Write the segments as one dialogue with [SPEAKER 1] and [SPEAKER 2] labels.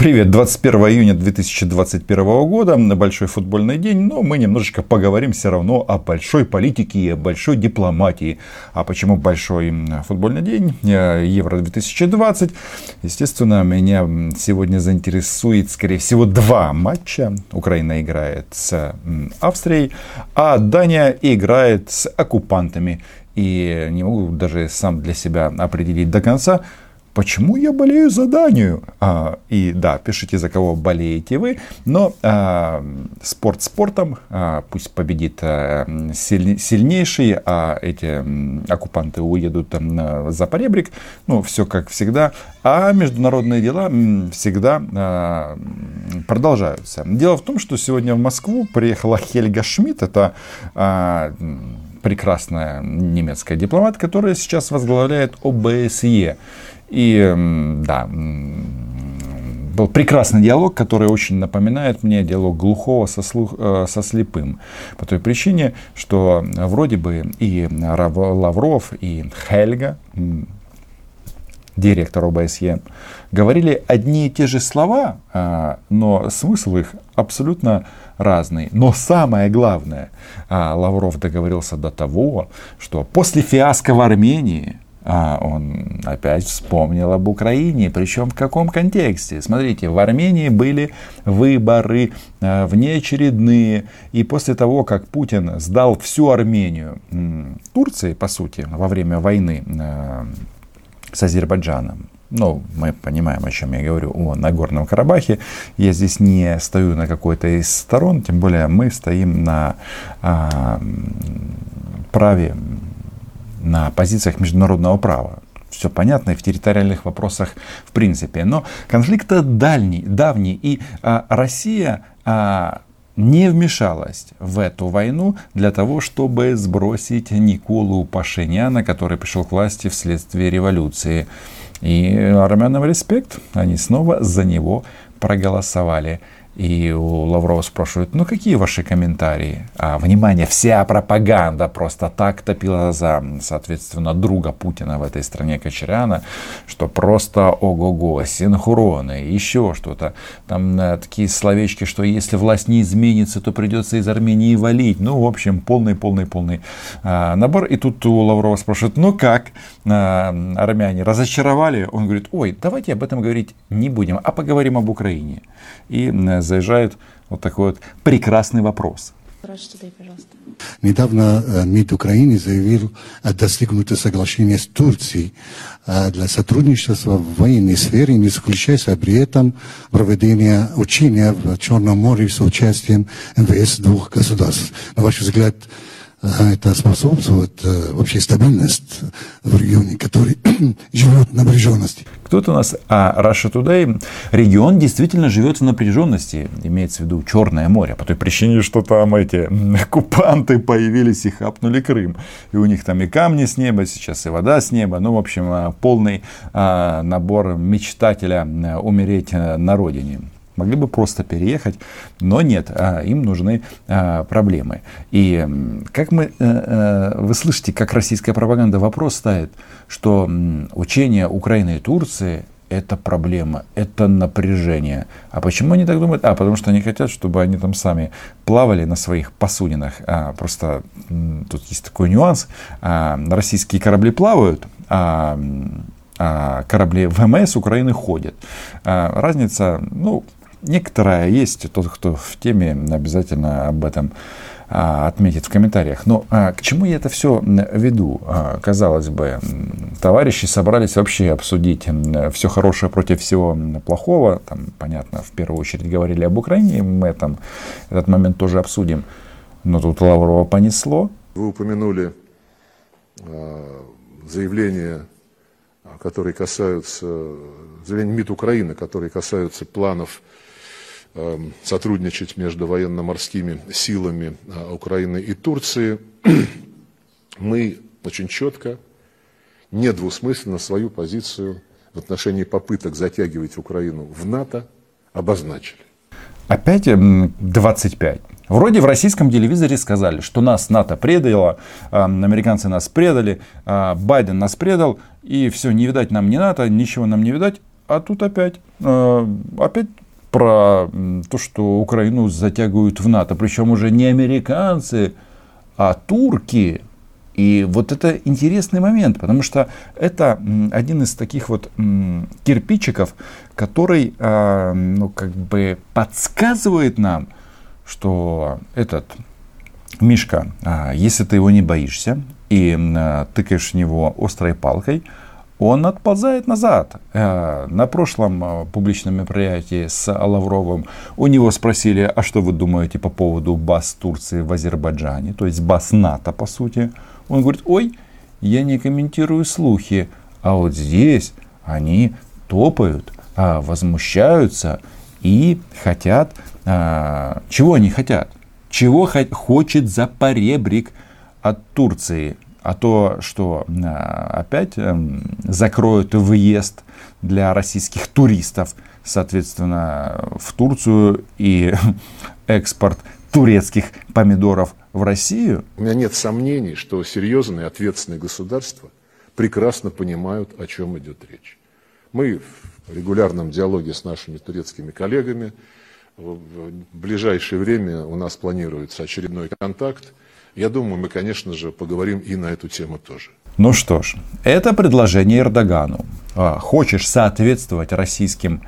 [SPEAKER 1] Привет, 21 июня 2021 года, большой футбольный день, но мы немножечко поговорим все равно о большой политике и о большой дипломатии. А почему большой футбольный день? Евро 2020. Естественно, меня сегодня заинтересует, скорее всего, два матча. Украина играет с Австрией, а Дания играет с оккупантами. И не могу даже сам для себя определить до конца, почему я болею за Данию. И да, пишите, за кого болеете вы. Но спорт спортом. Пусть победит сильнейший, а эти оккупанты уедут за поребрик. Ну, все как всегда. А международные дела всегда продолжаются. Дело в том, что сегодня в Москву приехала Хельга Шмидт. Это прекрасная немецкая дипломат, которая сейчас возглавляет ОБСЕ. И да, был прекрасный диалог, который очень напоминает мне диалог глухого со слепым. По той причине, что вроде бы и Лавров, и Хельга, директор ОБСЕ, говорили одни и те же слова, но смысл их абсолютно разный. Но самое главное, Лавров договорился до того, что после фиаско в Армении он опять вспомнил об Украине. Причем в каком контексте? Смотрите, в Армении были выборы внеочередные. И после того, как Путин сдал всю Армению Турции, по сути, во время войны с Азербайджаном. Ну, мы понимаем, о чем я говорю, о Нагорном Карабахе. Я здесь не стою на какой-то из сторон, тем более мы стоим на праве, на позициях международного права. Все понятно и в территориальных вопросах в принципе. Но конфликт давний, и Россия не вмешалась в эту войну для того, чтобы сбросить Николу Пашиняна, который пришел к власти вследствие революции. И армянам респект, они снова за него проголосовали. И у Лаврова спрашивают, ну какие ваши комментарии? Внимание, вся пропаганда просто так топила за, соответственно, друга Путина в этой стране Кочаряна, что просто ого-го, синхроны, еще что-то. Там такие словечки, что если власть не изменится, то придется из Армении валить. Ну, в общем, полный набор. И тут у Лаврова спрашивают, ну как, армяне разочаровали? Он говорит, ой, давайте об этом говорить не будем, а поговорим об Украине. И заезжает вот такой вот прекрасный вопрос.
[SPEAKER 2] Недавно МИД Украины заявил о достигнутом соглашении с Турцией для сотрудничества в военной сфере, не исключая при этом проведение учения в Черном море с участием МВС двух государств. На ваш взгляд, это способствует вообще стабильность в регионе, который живет в напряженности?
[SPEAKER 1] Кто-то у нас, Russia Today, регион действительно живет в напряженности, имеется в виду Черное море, по той причине, что там эти оккупанты появились и хапнули Крым. И у них там и камни с неба, сейчас и вода с неба. Ну, в общем, полный набор мечтателя умереть на родине. Могли бы просто переехать, но нет, им нужны проблемы. И как вы слышите, как российская пропаганда вопрос ставит, что учение Украины и Турции — это проблема, это напряжение. А почему они так думают? Потому что они хотят, чтобы они там сами плавали на своих посудинах. Просто тут есть такой нюанс. Российские корабли плавают, корабли ВМС Украины ходят. Разница, ну, некоторая есть. Тот, кто в теме, обязательно об этом отметит в комментариях. Но к чему я это все веду? Казалось бы, товарищи собрались вообще обсудить все хорошее против всего плохого. Там, понятно, в первую очередь говорили об Украине. Мы этот момент тоже обсудим. Но тут Лаврова понесло.
[SPEAKER 3] Вы упомянули заявления, которые касаются, заявления МИД Украины, которые касаются планов сотрудничать между военно-морскими силами Украины и Турции. Мы очень четко, недвусмысленно свою позицию в отношении попыток затягивать Украину в НАТО обозначили.
[SPEAKER 1] Опять 25. Вроде в российском телевизоре сказали, что нас НАТО предало, американцы нас предали, Байден нас предал, и все, не видать нам ни НАТО, ничего нам не видать. А тут опять про то, что Украину затягивают в НАТО. Причем уже не американцы, а турки. И вот это интересный момент, потому что это один из таких вот кирпичиков, который подсказывает нам, что этот Мишка, если ты его не боишься и тыкаешь в него острой палкой, он отползает назад. На прошлом публичном мероприятии с Лавровым у него спросили, а что вы думаете по поводу баз Турции в Азербайджане, то есть баз НАТО по сути. Он говорит, ой, я не комментирую слухи, а вот здесь они топают, возмущаются и хотят, чего они хотят? Чего хочет Запоребрик от Турции? А то, что опять закроют въезд для российских туристов, соответственно, в Турцию и экспорт турецких помидоров в Россию.
[SPEAKER 3] У меня нет сомнений, что серьезные ответственные государства прекрасно понимают, о чем идет речь. Мы в регулярном диалоге с нашими турецкими коллегами. В ближайшее время у нас планируется очередной контакт. Я думаю, мы, конечно же, поговорим и на эту тему тоже.
[SPEAKER 1] Ну что ж, это предложение Эрдогану. Хочешь соответствовать российским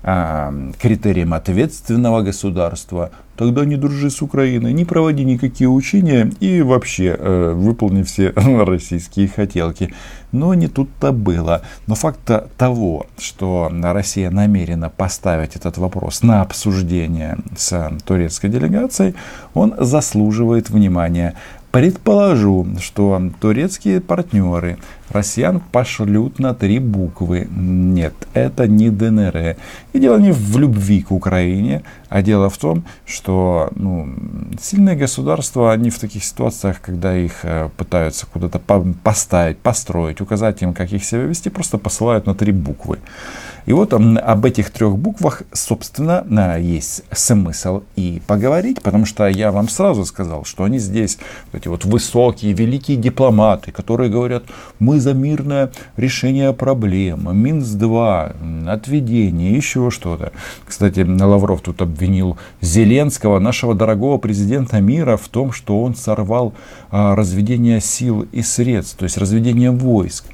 [SPEAKER 1] критериям ответственного государства, тогда не дружи с Украиной, не проводи никакие учения и вообще выполни все российские хотелки. Но не тут-то было. Но факт того, что Россия намерена поставить этот вопрос на обсуждение с турецкой делегацией, он заслуживает внимания. Предположу, что турецкие партнеры россиян пошлют на 3 буквы. Нет, это не ДНР. И дело не в любви к Украине, а дело в том, что сильные государства, они в таких ситуациях, когда их пытаются куда-то поставить, построить, указать им, как их себя вести, просто посылают на 3 буквы. И вот об этих 3 буквах, собственно, есть смысл и поговорить, потому что я вам сразу сказал, что они здесь, эти вот высокие, великие дипломаты, которые говорят, мы за мирное решение проблем, Минск-2, отведение, еще что-то. Кстати, Лавров тут обвинил Зеленского, нашего дорогого президента мира, в том, что он сорвал разведение сил и средств, то есть разведение войск.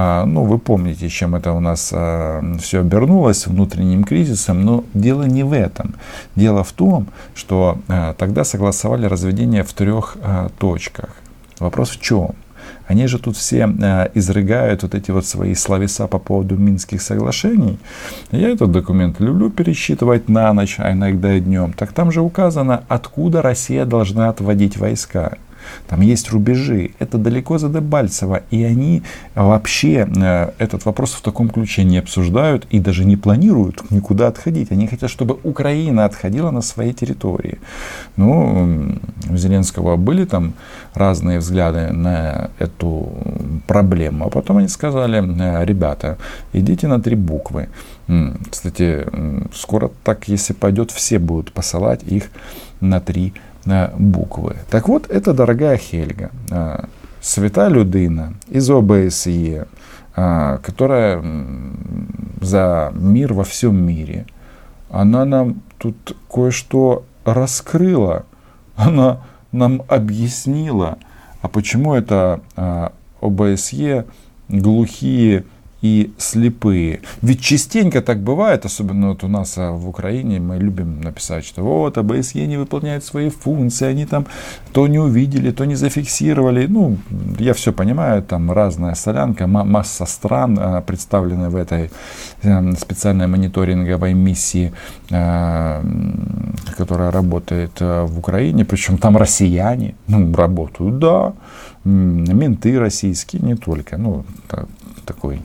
[SPEAKER 1] Вы помните, чем это у нас все обернулось, внутренним кризисом, но дело не в этом. Дело в том, что тогда согласовали разведение в 3 точках. Вопрос в чем? Они же тут все изрыгают вот эти вот свои словеса по поводу Минских соглашений. Я этот документ люблю пересчитывать на ночь, а иногда и днем. Так там же указано, откуда Россия должна отводить войска. Там есть рубежи, это далеко за Дебальцево, и они вообще этот вопрос в таком ключе не обсуждают и даже не планируют никуда отходить. Они хотят, чтобы Украина отходила на своей территории. У Зеленского были там разные взгляды на эту проблему, а потом они сказали, ребята, идите на 3 буквы. Кстати, скоро так, если пойдет, все будут посылать их на 3 буквы. Так вот, это дорогая Хельга, свята людина из ОБСЕ, которая за мир во всем мире. Она нам тут кое-что раскрыла, она нам объяснила, а почему это ОБСЕ глухие и слепые. Ведь частенько так бывает, особенно вот у нас в Украине, мы любим написать, что вот ОБСЕ не выполняет свои функции, они там то не увидели, то не зафиксировали. Я все понимаю, там разная солянка, масса стран представлены в этой специальной мониторинговой миссии, которая работает в Украине, причем там россияне работают, да, менты российские, не только, такой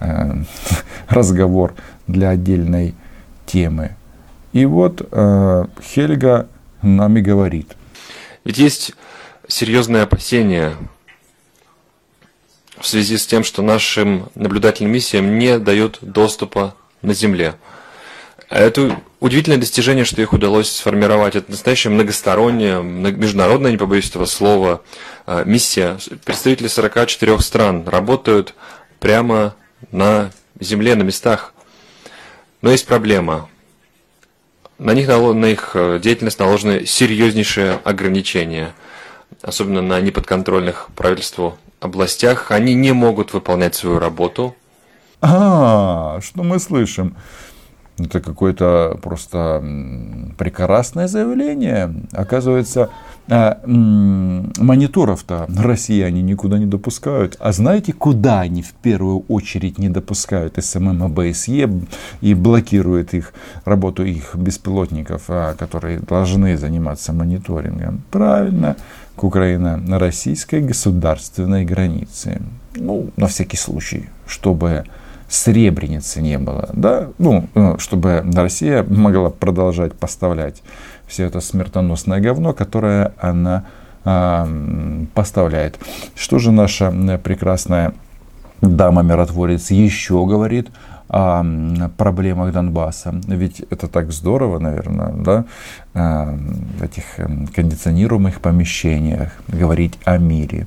[SPEAKER 1] разговор для отдельной темы. И вот Хельга нам и говорит.
[SPEAKER 4] Ведь есть серьезные опасения в связи с тем, что нашим наблюдательным миссиям не дают доступа на Земле. Это удивительное достижение, что их удалось сформировать. Это настоящая многосторонняя, международная, не побоюсь этого слова, миссия. Представители 44 стран работают прямо на земле, на местах. Но есть проблема. На их деятельность наложены серьезнейшие ограничения, особенно на неподконтрольных правительству областях. Они не могут выполнять свою работу.
[SPEAKER 1] Что мы слышим? Это какое-то просто прекрасное заявление. Оказывается, мониторов-то россияне никуда не допускают. А знаете, куда они в первую очередь не допускают СММ ОБСЕ и блокируют их работу их беспилотников, которые должны заниматься мониторингом? Правильно, к украино-российской государственной границе. На всякий случай, чтобы Сребреницы не было, да, чтобы Россия могла продолжать поставлять все это смертоносное говно, которое она поставляет. Что же наша прекрасная дама-миротворец еще говорит о проблемах Донбасса? Ведь это так здорово, наверное, да, в этих кондиционируемых помещениях говорить о мире.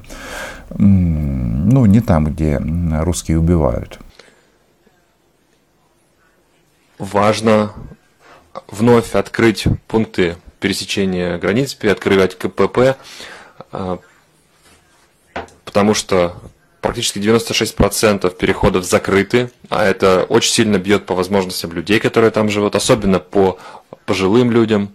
[SPEAKER 1] Не там, где русские убивают.
[SPEAKER 4] Важно вновь открыть пункты пересечения границ, открывать КПП, потому что практически 96% переходов закрыты, а это очень сильно бьет по возможностям людей, которые там живут, особенно по пожилым людям.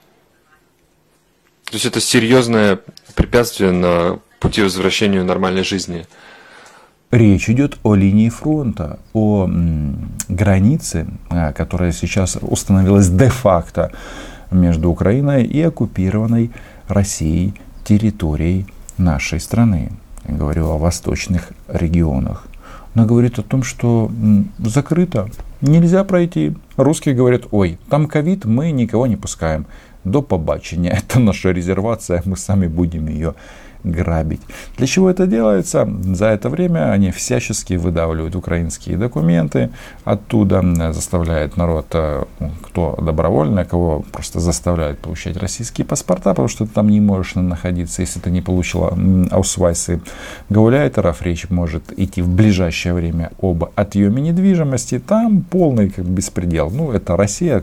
[SPEAKER 4] То есть это серьезное препятствие на пути возвращения нормальной жизни.
[SPEAKER 1] Речь идет о линии фронта, о границе, которая сейчас установилась де-факто между Украиной и оккупированной Россией территорией нашей страны. Я говорю о восточных регионах. Она говорит о том, что закрыто, нельзя пройти. Русские говорят: ой, там ковид, мы никого не пускаем. До побачення. Это наша резервация, мы сами будем ее грабить. Для чего это делается? За это время они всячески выдавливают украинские документы, оттуда заставляют народ, кто добровольно, кого просто заставляют получать российские паспорта, потому что ты там не можешь находиться, если ты не получила аусвайсы гауляйтеров. Речь может идти в ближайшее время об отъеме недвижимости. Там полный беспредел. Это Россия,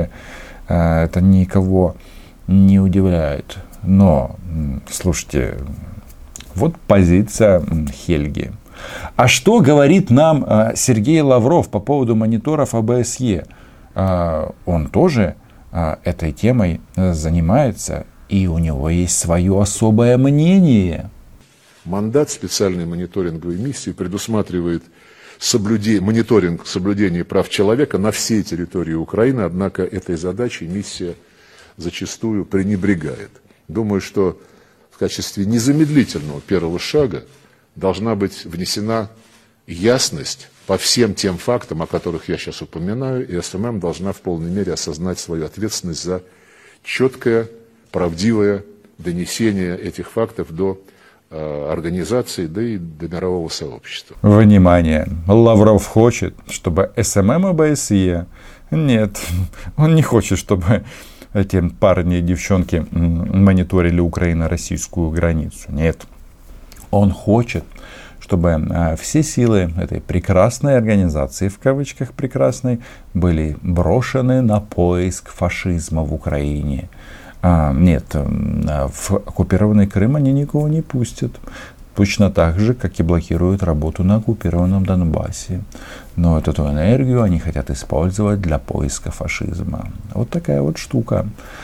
[SPEAKER 1] это никого не удивляет. Но, слушайте, вот позиция Хельги. А что говорит нам Сергей Лавров по поводу мониторов ОБСЕ? Он тоже этой темой занимается, и у него есть свое особое мнение.
[SPEAKER 3] Мандат специальной мониторинговой миссии предусматривает мониторинг соблюдения прав человека на всей территории Украины, однако этой задачей миссия зачастую пренебрегает. Думаю, что в качестве незамедлительного первого шага должна быть внесена ясность по всем тем фактам, о которых я сейчас упоминаю, и СММ должна в полной мере осознать свою ответственность за четкое, правдивое донесение этих фактов до организации, да и до мирового сообщества.
[SPEAKER 1] Внимание! Лавров хочет, чтобы СММ ОБСЕ... Нет, он не хочет, чтобы эти парни и девчонки мониторили украино-российскую границу. Нет. Он хочет, чтобы все силы этой прекрасной организации, в кавычках прекрасной, были брошены на поиск фашизма в Украине. Нет, в оккупированный Крым они никого не пустят. Точно так же, как и блокируют работу на оккупированном Донбассе. Но эту энергию они хотят использовать для поиска фашизма. Вот такая вот штука.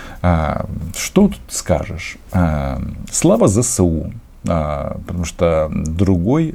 [SPEAKER 1] Что тут скажешь? Слава ЗСУ. Потому что другой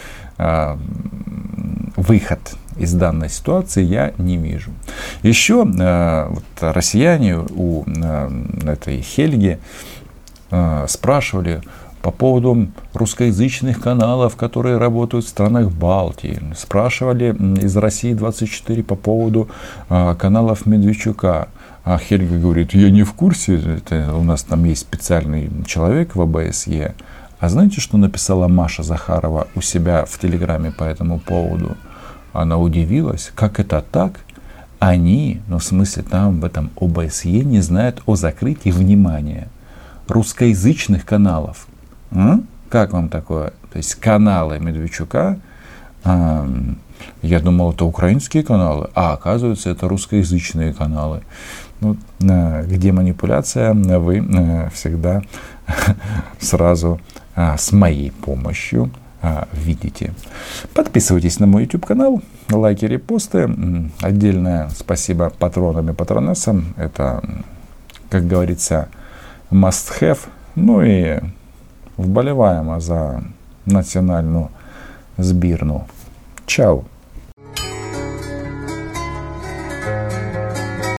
[SPEAKER 1] выход из данной ситуации я не вижу. Еще россияне у этой Хельги спрашивали по поводу русскоязычных каналов, которые работают в странах Балтии. Спрашивали из России-24 по поводу каналов Медведчука. А Хельга говорит: я не в курсе, это у нас там есть специальный человек в ОБСЕ. А знаете, что написала Маша Захарова у себя в Телеграме по этому поводу? Она удивилась, как это так? Они, в смысле там в этом ОБСЕ, не знают о закрытии, внимания, русскоязычных каналов. Как вам такое? То есть каналы Медведчука Я думал, это украинские каналы, а оказывается, это русскоязычные каналы. Ну, где манипуляция, вы всегда сразу с моей помощью видите. Подписывайтесь на мой YouTube канал, лайки, репосты. Отдельное спасибо патронам и патронессам. Это, как говорится, must have. Ну и вболіваємо за національну збірну. Чао!